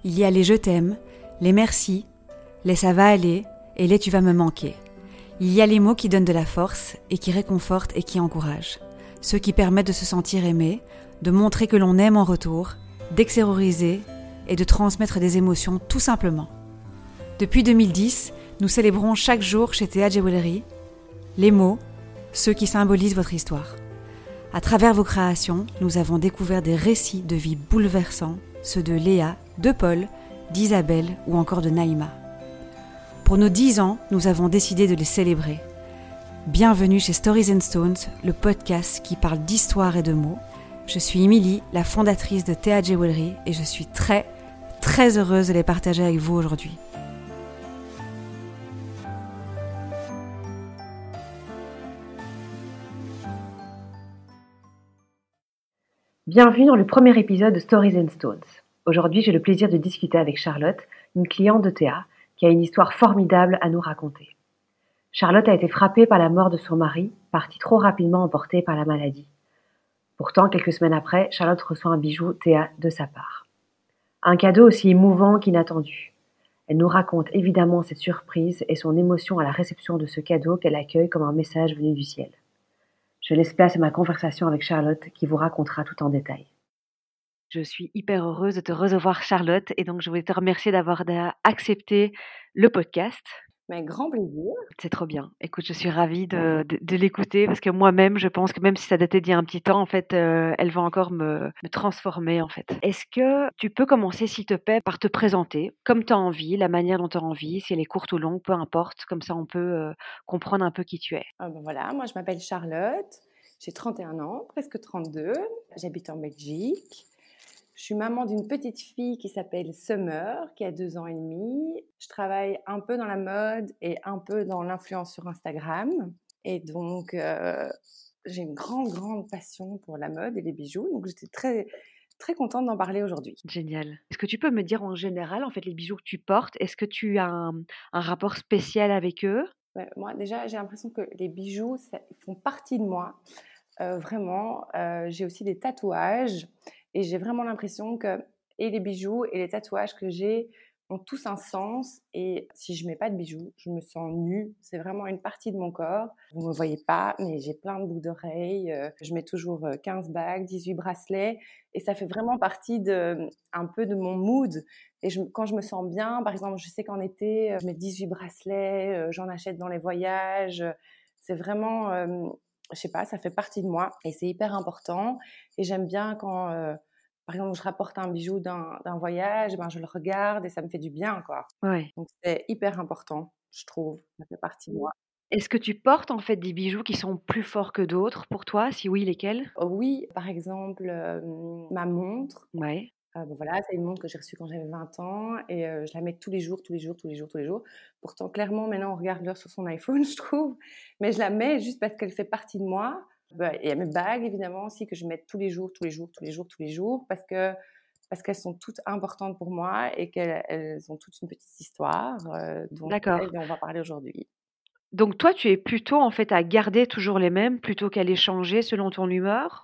Il y a les je t'aime, les merci, les ça va aller et les tu vas me manquer. Il y a les mots qui donnent de la force et qui réconfortent et qui encouragent. Ceux qui permettent de se sentir aimé, de montrer que l'on aime en retour, d'extérioriser et de transmettre des émotions tout simplement. Depuis 2010, nous célébrons chaque jour chez Théa Jewelry les mots, ceux qui symbolisent votre histoire. À travers vos créations, nous avons découvert des récits de vie bouleversants, ceux de Léa, de Paul, d'Isabelle ou encore de Naïma. Pour nos 10 ans, nous avons décidé de les célébrer. Bienvenue chez Stories and Stones, le podcast qui parle d'histoire et de mots. Je suis Émilie, la fondatrice de Théa Jewelry et je suis très heureuse de les partager avec vous aujourd'hui. Bienvenue dans le premier épisode de Stories and Stones. Aujourd'hui, j'ai le plaisir de discuter avec Charlotte, une cliente de Théa, qui a une histoire formidable à nous raconter. Charlotte a été frappée par la mort de son mari, parti trop rapidement emporté par la maladie. Pourtant, quelques semaines après, Charlotte reçoit un bijou Théa de sa part. Un cadeau aussi émouvant qu'inattendu. Elle nous raconte évidemment cette surprise et son émotion à la réception de ce cadeau qu'elle accueille comme un message venu du ciel. Je laisse place à ma conversation avec Charlotte qui vous racontera tout en détail. Je suis hyper heureuse de te recevoir, Charlotte, et donc je voulais te remercier d'avoir accepté le podcast. Mais grand plaisir. C'est trop bien. Écoute, je suis ravie de l'écouter parce que moi-même, je pense que même si ça datait d'il y a un petit temps, en fait, elle va encore me transformer, en fait. Est-ce que tu peux commencer, s'il te plaît, par te présenter comme tu as envie, la manière dont tu as envie, si elle est courte ou longue, peu importe. Comme ça, on peut comprendre un peu qui tu es. Voilà, moi je m'appelle Charlotte, j'ai 31 ans, presque 32, j'habite en Belgique. Je suis maman d'une petite fille qui s'appelle Summer, qui a 2 ans et demi. Je travaille un peu dans la mode et un peu dans l'influence sur Instagram. Et donc, j'ai une grande passion pour la mode et les bijoux. Donc, j'étais très contente d'en parler aujourd'hui. Génial. Est-ce que tu peux me dire en général, en fait, les bijoux que tu portes, est-ce que tu as un rapport spécial avec eux? Ouais, moi, déjà, j'ai l'impression que les bijoux ils font partie de moi. Vraiment, j'ai aussi des tatouages et j'ai vraiment l'impression que et les bijoux et les tatouages que j'ai ont tous un sens et si je mets pas de bijoux, je me sens nue. C'est vraiment une partie de mon corps. Vous me voyez pas, mais j'ai plein de boucles d'oreilles. Je mets toujours 15 bagues, 18 bracelets et ça fait vraiment partie un peu de mon mood. Et quand je me sens bien, par exemple, je sais qu'en été, je mets 18 bracelets, j'en achète dans les voyages. C'est vraiment je sais pas, ça fait partie de moi et c'est hyper important. Et j'aime bien quand, par exemple, je rapporte un bijou d'un voyage, ben, je le regarde et ça me fait du bien, quoi. Ouais. Donc c'est hyper important, je trouve. Ça fait partie de moi. Est-ce que tu portes, en fait, des bijoux qui sont plus forts que d'autres pour toi? Si oui, lesquels? Oui, par exemple, ma montre. Ouais. Ben voilà, c'est une montre que j'ai reçue quand j'avais 20 ans et je la mets tous les jours, tous les jours, tous les jours, tous les jours. Pourtant, clairement, maintenant, on regarde l'heure sur son iPhone, je trouve. Mais je la mets juste parce qu'elle fait partie de moi. Bah, et il y a mes bagues, évidemment, aussi, que je mets tous les jours, tous les jours, tous les jours, tous les jours, parce qu'elles sont toutes importantes pour moi et qu'elles ont toute une petite histoire dont D'accord. on va parler aujourd'hui. Donc toi, tu es plutôt, en fait, à garder toujours les mêmes plutôt qu'à les changer selon ton humeur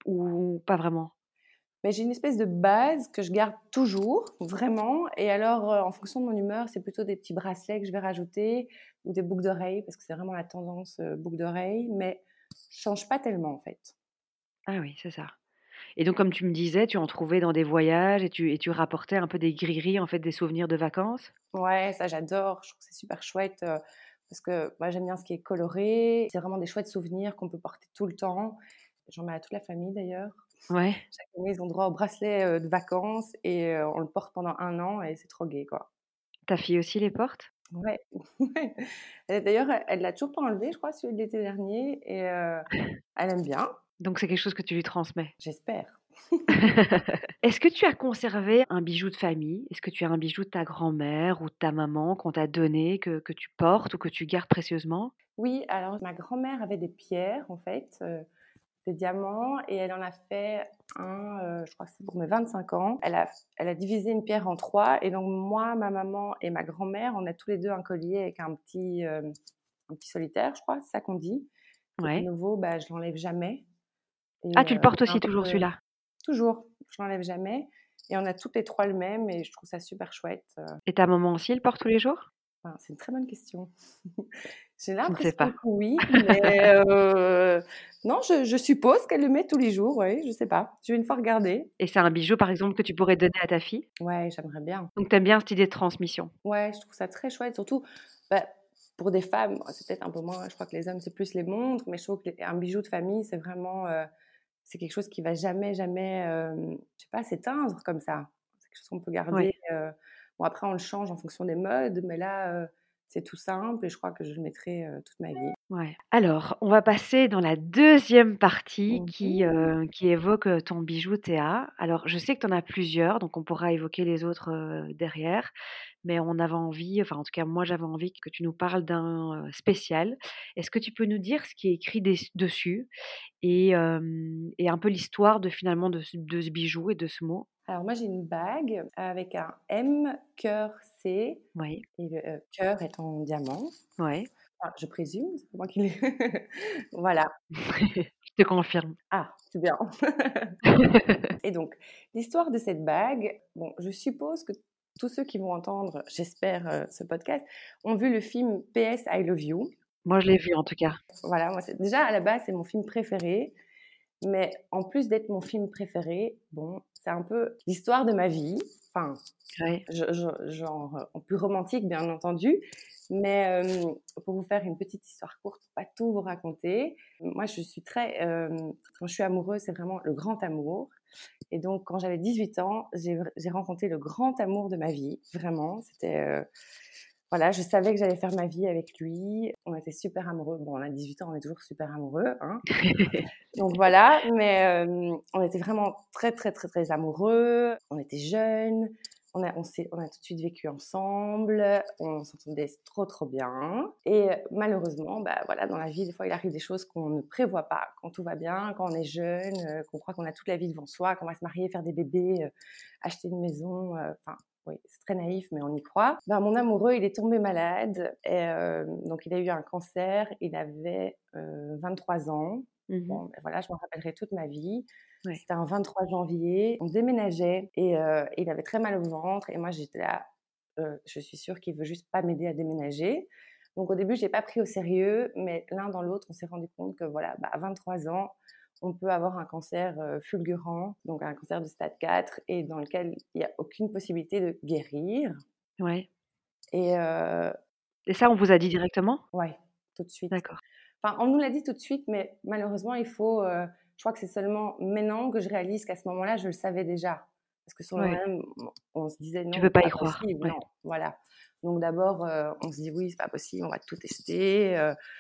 ou pas vraiment? Mais j'ai une espèce de base que je garde toujours, vraiment. Et alors, en fonction de mon humeur, c'est plutôt des petits bracelets que je vais rajouter ou des boucles d'oreilles parce que c'est vraiment la tendance boucles d'oreilles. Mais je change pas tellement en fait. Ah oui, c'est ça. Et donc comme tu me disais, tu en trouvais dans des voyages et tu rapportais un peu des grilleries, en fait, des souvenirs de vacances? Ouais, ça j'adore. Je trouve que c'est super chouette parce que moi j'aime bien ce qui est coloré. C'est vraiment des chouettes souvenirs qu'on peut porter tout le temps. J'en mets à toute la famille d'ailleurs. Ouais. Chaque année, ils ont droit au bracelet de vacances et on le porte pendant 1 an et c'est trop gai quoi. Ta fille aussi les porte? Ouais, ouais. Et d'ailleurs, elle l'a toujours pas enlevé, je crois, celui de l'été dernier et elle aime bien, Donc c'est quelque chose que tu lui transmets? j'espère. Est-ce que tu as conservé un bijou de famille? Est-ce que tu as un bijou de ta grand-mère ou de ta maman qu'on t'a donné, que tu portes ou que tu gardes précieusement? Oui, alors ma grand-mère avait des pierres, en fait, des diamants et elle en a fait je crois que c'est pour mes 25 ans. Elle a divisé une pierre en 3 et donc moi, ma maman et ma grand-mère, on a tous les 2 un collier avec un petit solitaire, je crois, c'est ça qu'on dit. Et de Ouais. nouveau, bah, je l'enlève jamais et Ah, tu le portes c'est aussi un toujours peu celui-là? toujours, je l'enlève jamais Et on a toutes les 3 le même et je trouve ça super chouette. Et ta maman aussi, elle porte tous les jours? Enfin, c'est une très bonne question. J'ai Tu ne sais l'impression pas. que oui, mais non, je suppose qu'elle le met tous les jours, oui, je sais pas. Je vais une fois regarder. Et c'est un bijou, par exemple, que tu pourrais donner à ta fille? Ouais, j'aimerais bien. Donc tu aimes bien cette idée de transmission? Ouais, je trouve ça très chouette, surtout, bah, pour des femmes, c'est peut-être un peu moins je crois que les hommes, c'est plus les montres, mais je trouve qu'un bijou de famille, c'est vraiment, c'est quelque chose qui va jamais, jamais, je sais pas, s'éteindre comme ça. C'est quelque chose qu'on peut Ouais. garder, bon après on le change en fonction des modes, mais là, c'est tout simple et je crois que je le mettrai, toute ma vie. Ouais. Alors, on va passer dans la deuxième partie Mmh mh. qui évoque, ton bijou Théa. Alors, je sais que tu en as plusieurs, donc on pourra évoquer les autres, derrière, mais on avait envie, enfin, en tout cas, moi, j'avais envie que tu nous parles d'un, spécial. Est-ce que tu peux nous dire ce qui est écrit dessus et un peu l'histoire de finalement de ce bijou et de ce mot? Alors moi, j'ai une bague avec un M, cœur, C Oui, et le, cœur est en diamant. ouais. Enfin, je présume, c'est pas moi qui l'ai voilà. Je te confirme. Ah, c'est bien. Et donc, l'histoire de cette bague, bon, je suppose que tous ceux qui vont entendre, j'espère, ce podcast, ont vu le film PS I Love You. Moi, je l'ai vu en tout cas. Voilà, moi, c'est déjà à la base, c'est mon film préféré, mais en plus d'être mon film préféré, bon, c'est un peu l'histoire de ma vie. Enfin, Ouais. genre, en plus romantique, bien entendu, mais pour vous faire une petite histoire courte, pas tout vous raconter, moi, je suis très, quand je suis amoureuse, c'est vraiment le grand amour. Et donc, quand j'avais 18 ans, j'ai rencontré le grand amour de ma vie, vraiment. C'était, voilà, je savais que j'allais faire ma vie avec lui. On était super amoureux. Bon, on a 18 ans, on est toujours super amoureux, hein. Donc voilà, mais on était vraiment très, très, très, très amoureux. On était jeunes. On a tout de suite vécu ensemble. On s'entendait trop, trop bien. Et malheureusement, bah voilà, dans la vie, des fois, il arrive des choses qu'on ne prévoit pas. Quand tout va bien, quand on est jeune, qu'on croit qu'on a toute la vie devant soi, qu'on va se marier, faire des bébés, acheter une maison. Enfin, oui, c'est très naïf, mais on y croit. Ben, mon amoureux, il est tombé malade. Et, donc, il a eu un cancer. Il avait 23 ans. Mmh. Bon, ben voilà, je m'en rappellerai toute ma vie. Ouais. C'était un 23 janvier, on déménageait et il avait très mal au ventre et moi j'étais là, je suis sûre qu'il veut juste pas m'aider à déménager. Donc au début, je l'ai pas pris au sérieux, mais l'un dans l'autre, on s'est rendu compte que voilà, bah, à 23 ans, on peut avoir un cancer, fulgurant, donc un cancer de stade 4 et dans lequel il y a aucune possibilité de guérir Ouais. et Et ça, on vous a dit directement? ouais, tout de suite. D'accord. Enfin, on nous l'a dit tout de suite, mais malheureusement, il faut, je crois que c'est seulement maintenant que je réalise qu'à ce moment-là, je le savais déjà. Parce que sur le Ouais. moment même, on se disait: Tu «Non, veux c'est pas y pas croire? possible, Ouais. non». Voilà. Donc d'abord, on se dit: «Oui, c'est pas possible, on va tout tester»,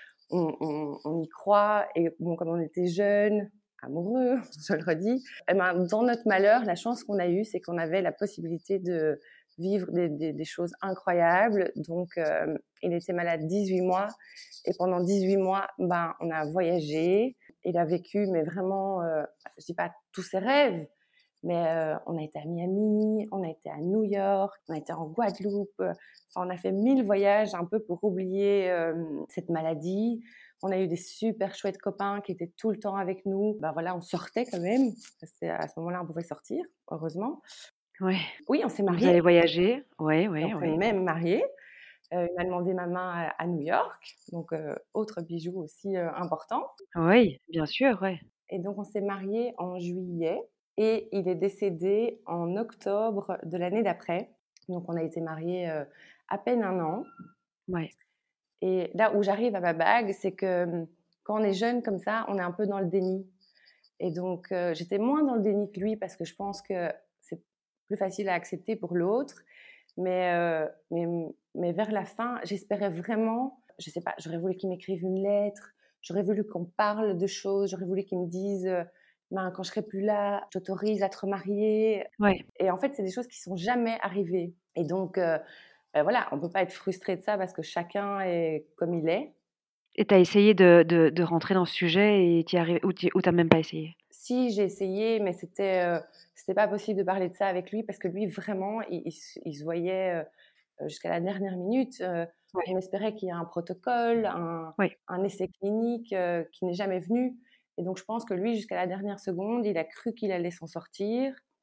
on y croit et bon, comme on était jeunes, amoureux, je le redis, et ben, dans notre malheur, la chance qu'on a eue, c'est qu'on avait la possibilité de vivre des choses incroyables. Donc, il était malade 18 mois et pendant 18 mois, ben, on a voyagé. Il a vécu, mais vraiment, je dis pas tous ses rêves, mais on a été à Miami, on a été à New York, on a été en Guadeloupe. Enfin, on a fait 1000 voyages un peu pour oublier cette maladie. On a eu des super chouettes copains qui étaient tout le temps avec nous. Ben voilà, on sortait quand même. Parce que à ce moment-là, on pouvait sortir, heureusement. Ouais. Oui, on s'est Vous mariés. avez voyagé? Ouais, Et ouais, on s'est ouais. même mariés. Il m'a demandé ma main à New York, donc autre bijou aussi important. Oui, bien sûr, ouais. Et donc on s'est mariés en juillet et il est décédé en octobre de l'année d'après. Donc on a été mariés à peine un an. Ouais. Et là où j'arrive à ma bague, c'est que quand on est jeune comme ça, on est un peu dans le déni. Et donc j'étais moins dans le déni que lui parce que je pense que c'est plus facile à accepter pour l'autre. Mais, mais vers la fin, j'espérais vraiment, je sais pas, j'aurais voulu qu'il m'écrive une lettre, j'aurais voulu qu'on parle de choses, j'aurais voulu qu'il me dise, ben, quand je serai plus là, je t'autorise à te remarier. Ouais. Et en fait, c'est des choses qui sont jamais arrivées. Et donc, voilà, on peut pas être frustré de ça parce que chacun est comme il est. Et tu as essayé de rentrer dans ce sujet et tu y arrives ou tu même pas essayé? Si, j'ai essayé, mais c'était pas possible de parler de ça avec lui parce que lui, vraiment, il se voyait jusqu'à la dernière minute. On Ouais, espérait qu'il y ait un protocole, ouais. un essai clinique qui n'est jamais venu. Et donc, je pense que lui, jusqu'à la dernière seconde, il a cru qu'il allait s'en sortir.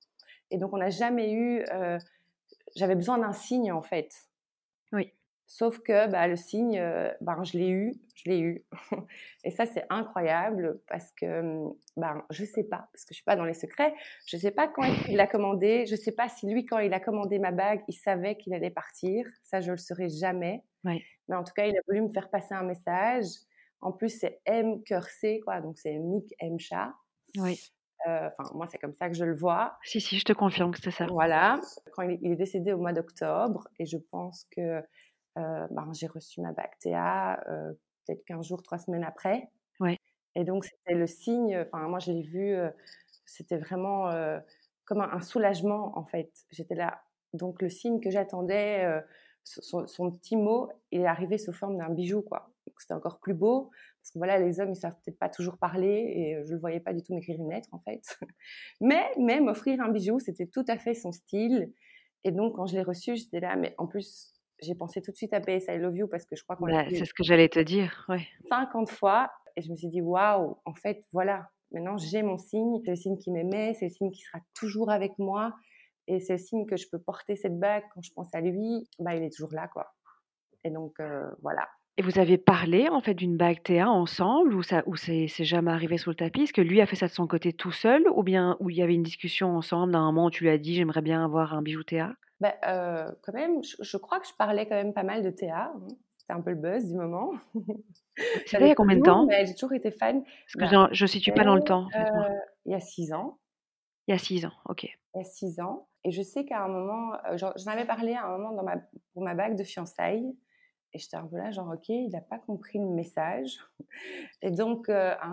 Et donc, on n'a jamais eu. J'avais besoin d'un signe, en fait. Oui. Sauf que le signe, je l'ai eu, je l'ai eu. Et ça, c'est incroyable parce que, je sais pas, parce que je suis pas dans les secrets. Je sais pas quand est-ce qu'il l'a commandé. Je sais pas si lui, quand il a commandé ma bague, il savait qu'il allait partir. Ça, je le saurai jamais. Ouais. Mais en tout cas, il a voulu me faire passer un message. En plus, c'est M cœur C, quoi. Donc, c'est Mick M chat. Oui. Enfin, moi, c'est comme ça que je le vois. Si, si, je te confirme que c'est ça. Voilà. Quand il est décédé au mois d'octobre, et je pense que j'ai reçu ma bague Théa peut-être 15 jours, 3 semaines après. Ouais. Et donc, c'était le signe, enfin, moi, je l'ai vu, c'était vraiment comme un soulagement, en fait. J'étais là. Donc, le signe que j'attendais, son petit mot, il est arrivé sous forme d'un bijou, quoi. Donc, c'était encore plus beau. Parce que voilà, les hommes, ils savent peut-être pas toujours parler et je ne le voyais pas du tout m'écrire une lettre, en fait. Mais m'offrir un bijou, c'était tout à fait son style. Et donc, quand je l'ai reçu, j'étais là, mais en plus, j'ai pensé tout de suite à PS I Love You parce que je crois qu'on l'a C'est fait ce que j'allais te dire, ouais. 50 fois. Et je me suis dit, waouh, en fait, voilà, maintenant j'ai mon signe. C'est le signe qui m'aimait, c'est le signe qui sera toujours avec moi. Et c'est le signe que je peux porter cette bague quand je pense à lui. Il est toujours là, quoi. Et donc, voilà. Et vous avez parlé, en fait, d'une bague Théa ensemble ou c'est jamais arrivé sous le tapis? Est-ce que lui a fait ça de son côté tout seul ou bien où il y avait une discussion ensemble, à un moment où tu lui as dit: «J'aimerais bien avoir un bijou Théa»? Quand même, je crois que je parlais quand même pas mal de Théa, hein. C'était un peu le buzz du moment. C'était il y J'avais a combien de toujours, temps? mais j'ai toujours été fan. Parce que Bah, je situe c'était, pas dans le temps, dis-moi. il y a 6 ans. Il y a 6 ans, OK. Il y a 6 ans. Et je sais qu'à un moment, j'en avais parlé à un moment pour ma bague de fiançailles. Et j'étais un peu là, genre, OK, il n'a pas compris le message. Et donc,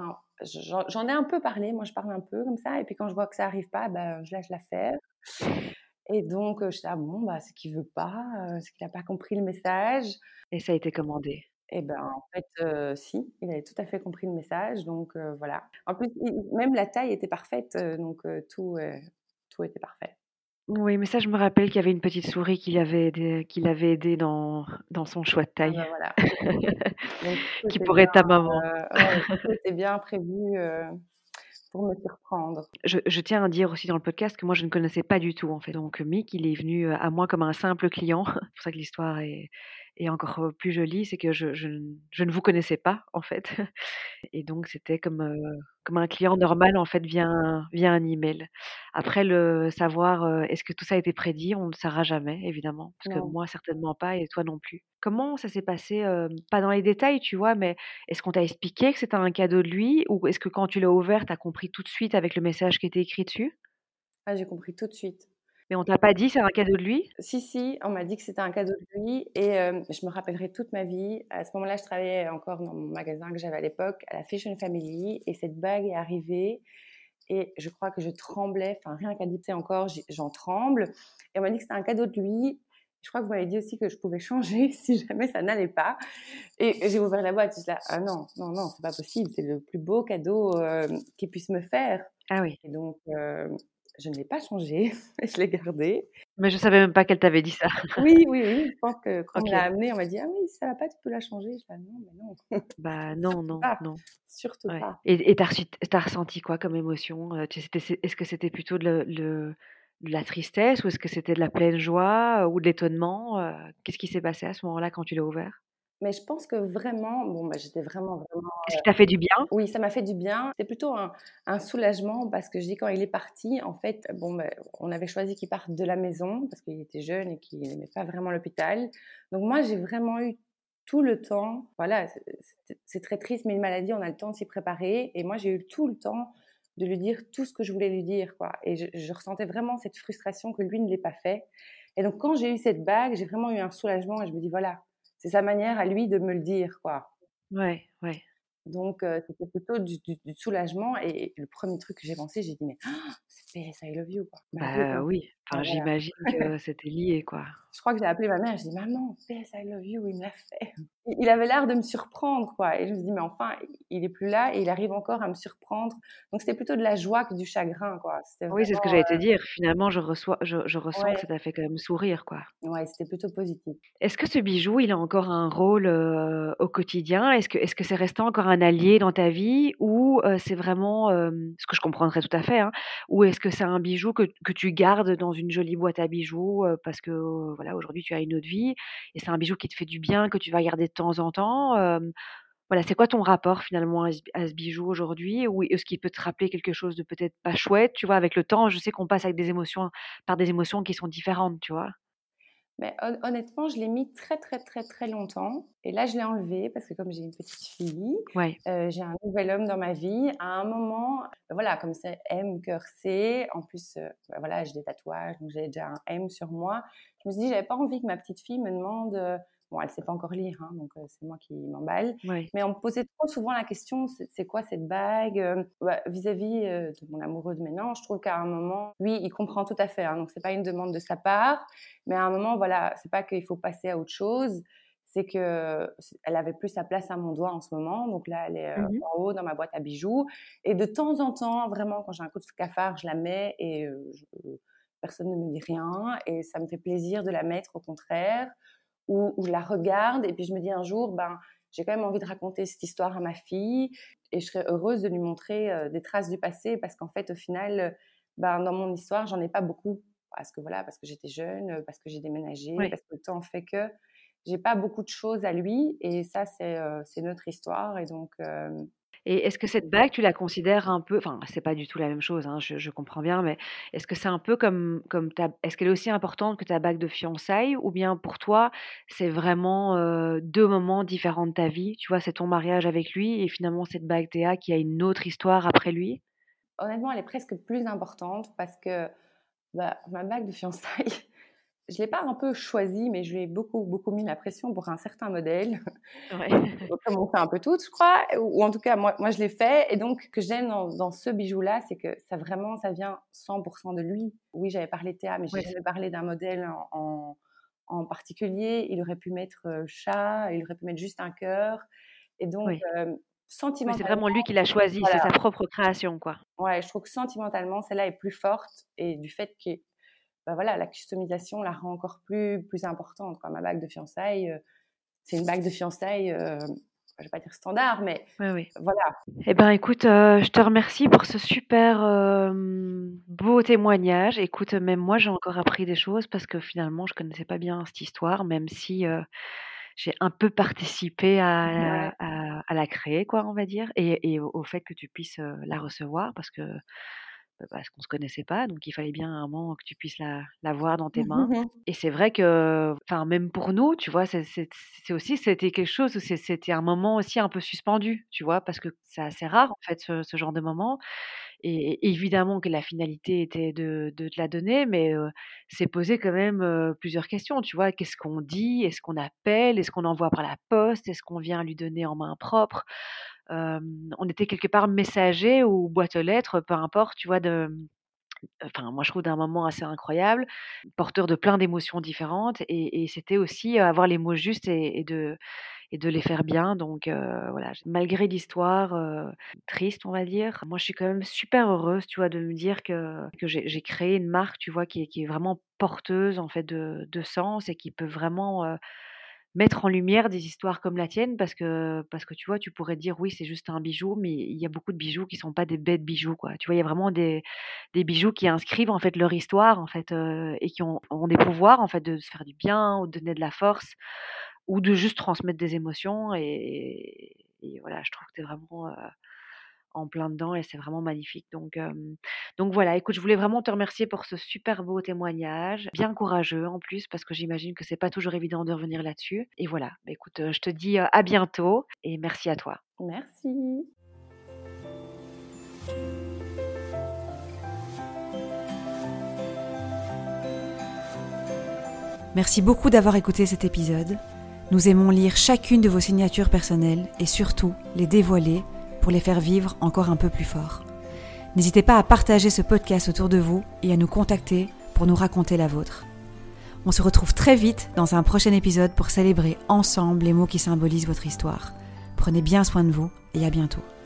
j'en ai un peu parlé. Moi, je parle un peu comme ça. Et puis, quand je vois que ça n'arrive pas, je lâche l'affaire. Et donc, j'étais là, bon, c'est qu'il veut pas, c'est qu'il n'a pas compris le message. Et ça a été commandé. Et en fait, si, il avait tout à fait compris le message. Donc, voilà. En plus, même la taille était parfaite. Donc, tout était parfait. Oui, mais ça, je me rappelle qu'il y avait une petite souris qui l'avait aidé dans son choix de Ah taille, voilà. Donc tout qui était pourrait bien, être ta maman. ouais, tout était bien prévu, pour me surprendre. Je tiens à dire aussi dans le podcast que moi, je ne connaissais pas du tout, en fait. Donc Mick, il est venu, à moi comme un simple client. C'est pour ça que l'histoire est encore, plus jolie. C'est que je ne vous connaissais pas, en fait. Et donc c'était comme un client normal, en fait, via un email. Après le savoir, est-ce que tout ça a été prédit? On ne le saura jamais, évidemment, parce que Non, moi certainement pas et toi non plus. Comment ça s'est passé, pas dans les détails, tu vois, mais est-ce qu'on t'a expliqué que c'était un cadeau de lui? Ou est-ce que quand tu l'as ouvert, tu as compris tout de suite avec le message qui était écrit dessus? j'ai compris tout de suite. Mais on t'a pas dit: «C'est un cadeau de lui»? Si, si, on m'a dit que c'était un cadeau de lui. Et je me rappellerai toute ma vie. À ce moment-là, je travaillais encore dans mon magasin que j'avais à l'époque, à la Fashion Family, et cette bague est arrivée et je crois que je tremblais, enfin rien qu'à dire encore, j'en tremble. Et on m'a dit que c'était un cadeau de lui. Je crois que vous m'avez dit aussi que je pouvais changer si jamais ça n'allait pas. Et j'ai ouvert la boîte, j'étais là: «Ah non, non, non, c'est pas possible, c'est le plus beau cadeau, qu'il puisse me faire». Ah oui, Et donc, je ne l'ai pas changé, je l'ai gardé. mais je savais même pas qu'elle t'avait dit ça. Oui, oui, oui, je pense que quand on me l'a OK. amené, on m'a dit: «Ah oui, si ça va pas, tu peux la changer». Je fais: «Ah non, mais non, Bah, non, surtout non, pas, non. surtout Ouais, pas». et tu as ressenti quoi comme émotion? Est-ce que c'était plutôt de la tristesse ou est-ce que c'était de la pleine joie, ou de l'étonnement? Qu'est-ce qui s'est passé à ce moment-là quand tu l'as ouvert? Mais je pense que vraiment, bon, j'étais vraiment, vraiment. Qu'est-ce qui t'a fait du bien? Oui, ça m'a fait du bien. C'est plutôt un soulagement parce que je dis quand il est parti, en fait, on avait choisi qu'il parte de la maison parce qu'il était jeune et qu'il n'aimait pas vraiment l'hôpital. Donc moi, j'ai vraiment eu tout le temps. Voilà, c'est très triste, mais une maladie, on a le temps de s'y préparer. Et moi, j'ai eu tout le temps de lui dire tout ce que je voulais lui dire, quoi. Et je ressentais vraiment cette frustration que lui ne l'ait pas fait. Et donc, quand j'ai eu cette bague, j'ai vraiment eu un soulagement et je me dis, voilà, c'est sa manière à lui de me le dire, quoi. Ouais, ouais. Donc, c'était plutôt du soulagement. Et le premier truc que j'ai pensé, j'ai dit: «Mais c'est PS I Love You, quoi». J'ai Bah, pensé, oui, enfin, voilà. j'imagine que c'était lié, quoi. Je crois que j'ai appelé ma mère, je dis maman, PS I love you, il me l'a fait. Il avait l'air de me surprendre, quoi. Et je me dis, mais enfin, il est plus là et il arrive encore à me surprendre. Donc c'était plutôt de la joie que du chagrin, quoi. C'était Oui, c'est ce que vraiment, j'allais te dire. Finalement, je ressens que ouais, ça t'a fait quand même sourire, quoi. ouais, c'était plutôt positif. Est-ce que ce bijou, il a encore un rôle, au quotidien? Est-ce que c'est resté encore un allié dans ta vie ou, c'est vraiment, ce que je comprendrais tout à fait, hein, ou est-ce que c'est un bijou que tu gardes dans une jolie boîte à bijoux, parce que, voilà, aujourd'hui tu as une autre vie et c'est un bijou qui te fait du bien, que tu vas garder de temps en temps? Voilà, c'est quoi ton rapport finalement à ce bijou aujourd'hui? Ou est-ce qu'il peut te rappeler quelque chose de peut-être pas chouette? Tu vois, avec le temps, je sais qu'on passe avec des émotions par des émotions qui sont différentes, tu vois? Mais honnêtement, je l'ai mis très, très, très, très longtemps. Et là, je l'ai enlevé parce que comme j'ai une petite fille, Ouais. j'ai un nouvel homme dans ma vie. À un moment, voilà, comme c'est M, cœur C, en plus, voilà, j'ai des tatouages, donc j'ai déjà un M sur moi. Je me suis dit, j'avais pas envie que ma petite fille me demande, bon, elle sait pas encore lire, hein, donc c'est moi qui m'emballe. Ouais. Mais on me posait trop souvent la question, c'est quoi cette bague? Vis-à-vis de mon amoureux de maintenant, je trouve qu'à un moment, lui, il comprend tout à fait, hein, donc c'est pas une demande de sa part. Mais à un moment, voilà, c'est pas qu'il faut passer à autre chose, c'est qu'elle avait plus sa place à mon doigt en ce moment. Donc là, elle est Mmh. en haut dans ma boîte à bijoux. Et de temps en temps, vraiment, quand j'ai un coup de cafard, je la mets et personne ne me dit rien. Et ça me fait plaisir de la mettre, au contraire. Ou je la regarde et puis je me dis un jour, ben, j'ai quand même envie de raconter cette histoire à ma fille et je serais heureuse de lui montrer des traces du passé parce qu'en fait, au final, ben, dans mon histoire, j'en ai pas beaucoup parce que voilà, parce que j'étais jeune, parce que j'ai déménagé, Ouais. parce que le temps fait que j'ai pas beaucoup de choses à lui et ça, c'est notre histoire et donc Et est-ce que cette bague, tu la considères un peu enfin, c'est pas du tout la même chose, hein, je comprends bien, mais est-ce que c'est un peu comme ta est-ce qu'elle est aussi importante que ta bague de fiançailles? Ou bien pour toi, c'est vraiment, 2 moments différents de ta vie? Tu vois, c'est ton mariage avec lui et finalement cette bague Théa qui a une autre histoire après lui? honnêtement, elle est presque plus importante parce que bah, ma bague de fiançailles, je l'ai pas un peu choisie, mais je lui ai beaucoup, beaucoup mis la pression pour un certain modèle. Ouais. Comme on fait un peu toutes, je crois, ou en tout cas, moi je l'ai fait. Et donc, ce que j'aime dans ce bijou-là, c'est que ça vraiment, ça vient 100% de lui. Oui, j'avais parlé de Théa, mais j'ai Ouais, jamais parlé d'un modèle en particulier. Il aurait pu mettre chat, il aurait pu mettre juste un cœur. Et donc, oui. Oui, c'est sentimentalement, vraiment lui qui l'a choisi, c'est voilà. sa propre création, quoi. Ouais, je trouve que sentimentalement, celle-là est plus forte. Et du fait que, bah voilà, la customisation la rend encore plus importante, quoi. Ma bague de fiançailles, c'est une bague de fiançailles, je vais pas dire standard, mais Oui, oui. voilà. Eh ben, écoute, je te remercie pour ce super, beau témoignage. Écoute, même moi, j'ai encore appris des choses parce que finalement, je connaissais pas bien cette histoire, même si, j'ai un peu participé Ouais. à la créer, quoi, on va dire et au fait que tu puisses, la recevoir parce qu'on se connaissait pas, donc il fallait bien à un moment que tu puisses la voir dans tes mains et c'est vrai que, enfin, même pour nous, tu vois, c'est aussi c'était quelque chose où c'était un moment aussi un peu suspendu, tu vois? Parce que c'est assez rare, en fait, ce genre de moment et évidemment que la finalité était de te la donner, mais s'est posé quand même, plusieurs questions, tu vois? Qu'est-ce qu'on dit? Est-ce qu'on appelle? Est-ce qu'on envoie par la poste? Est-ce qu'on vient lui donner en main propre? On était quelque part messager ou boîte aux lettres, peu importe, tu vois? Enfin, moi, je trouve d'un moment assez incroyable, porteur de plein d'émotions différentes et c'était aussi, avoir les mots justes et de les faire bien donc voilà, malgré l'histoire, triste, on va dire, moi, je suis quand même super heureuse, tu vois, de me dire que j'ai créé une marque, tu vois, qui est vraiment porteuse, en fait, de sens et qui peut vraiment, mettre en lumière des histoires comme la tienne parce que tu vois, tu pourrais dire: «Oui, c'est juste un bijou», mais il y a beaucoup de bijoux qui sont pas des bêtes bijoux, quoi. Tu vois, il y a vraiment des bijoux qui inscrivent, en fait, leur histoire, en fait, et qui ont des pouvoirs, en fait, de se faire du bien ou de donner de la force ou de juste transmettre des émotions et voilà, je trouve que tu es vraiment, en plein dedans et c'est vraiment magnifique donc voilà, écoute, je voulais vraiment te remercier pour ce super beau témoignage, bien courageux en plus parce que j'imagine que c'est pas toujours évident de revenir là-dessus et voilà, bah, écoute, je te dis, à bientôt et merci à toi. Merci. Merci beaucoup d'avoir écouté cet épisode. Nous aimons lire chacune de vos signatures personnelles et surtout les dévoiler pour les faire vivre encore un peu plus fort. N'hésitez pas à partager ce podcast autour de vous et à nous contacter pour nous raconter la vôtre. On se retrouve très vite dans un prochain épisode pour célébrer ensemble les mots qui symbolisent votre histoire. Prenez bien soin de vous et à bientôt.